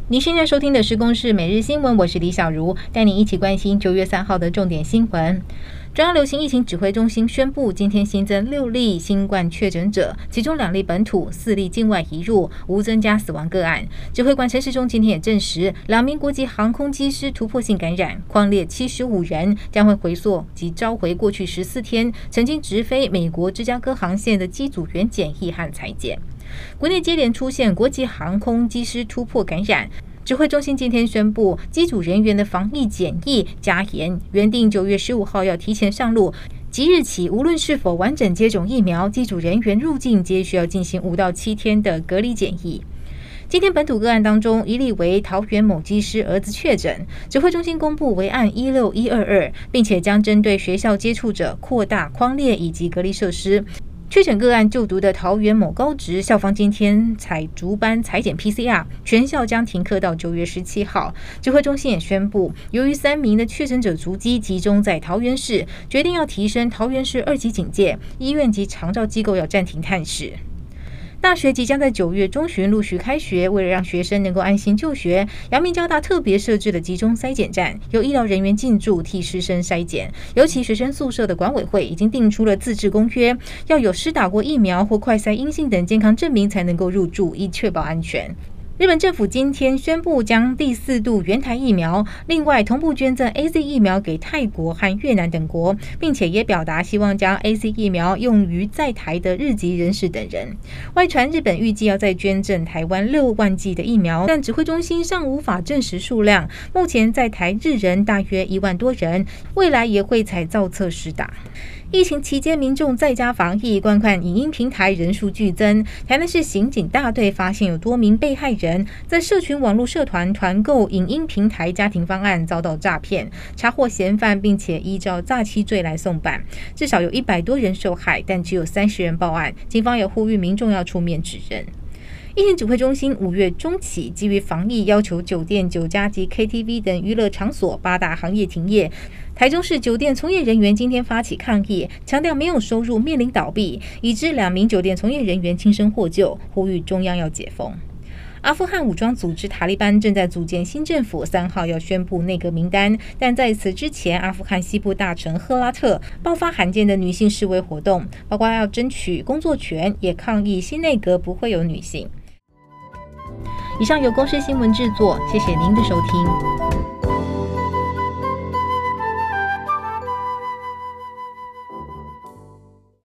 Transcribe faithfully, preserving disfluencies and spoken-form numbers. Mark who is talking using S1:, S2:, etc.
S1: 您现在收听的是《公视每日新闻》，我是李小茹，带您一起关心九月三号的重点新闻。中央流行疫情指挥中心宣布，今天新增六例新冠确诊者，其中两例本土，四例境外移入，无增加死亡个案。指挥官陈时中今天也证实，两名国际航空机师突破性感染，匡列七十五人将会回溯及召回过去十四天曾经直飞美国芝加哥航线的机组员检疫和采检。国内接连出现国际航空机师突破感染，指挥中心今天宣布，机组人员的防疫检疫加严，原定九月十五号要提前上路，即日起无论是否完整接种疫苗，机组人员入境皆需要进行五到七天的隔离检疫。今天本土个案当中，一例为桃园某机师儿子确诊，指挥中心公布为案一六一二二，并且将针对学校接触者扩大匡列以及隔离设施。确诊个案就读的桃园某高职校方今天采逐班采检 P C R， 全校将停课到九月十七号。指挥中心也宣布，由于三名的确诊者足迹集中在桃园市，决定要提升桃园市二级警戒，医院及长照机构要暂停探视。大学即将在九月中旬陆续开学，为了让学生能够安心就学，阳明交大特别设置了集中筛检站，由医疗人员进驻替师生筛检。尤其学生宿舍的管委会已经定出了自治公约，要有施打过疫苗或快筛阴性等健康证明才能够入住，以确保安全。日本政府今天宣布将第四度援台疫苗，另外同步捐赠 A Z 疫苗给泰国和越南等国，并且也表达希望将 A Z 疫苗用于在台的日籍人士等人。外传日本预计要再捐赠台湾六万剂的疫苗，但指挥中心尚无法证实数量。目前在台日人大约一万多人，未来也会采造册施打。疫情期间，民众在家防疫，观看影音平台人数剧增。台南市刑警大队发现有多名被害人在社群网络社团团购影音平台家庭方案，遭到诈骗，查获嫌犯，并且依照诈欺罪来送办。至少有一百多人受害，但只有三十人报案。警方也呼吁民众要出面指认。疫情指挥中心五月中起，基于防疫要求，酒店、酒家及 K T V 等娱乐场所八大行业停业。台中市酒店从业人员今天发起抗议，强调没有收入面临倒闭，已知两名酒店从业人员轻生获救，呼吁中央要解封。阿富汗武装组织塔利班正在组建新政府，三号要宣布内阁名单，但在此之前，阿富汗西部大城赫拉特爆发罕见的女性示威活动，包括要争取工作权，也抗议新内阁不会有女性。以上由公视新闻制作，谢谢您的收听。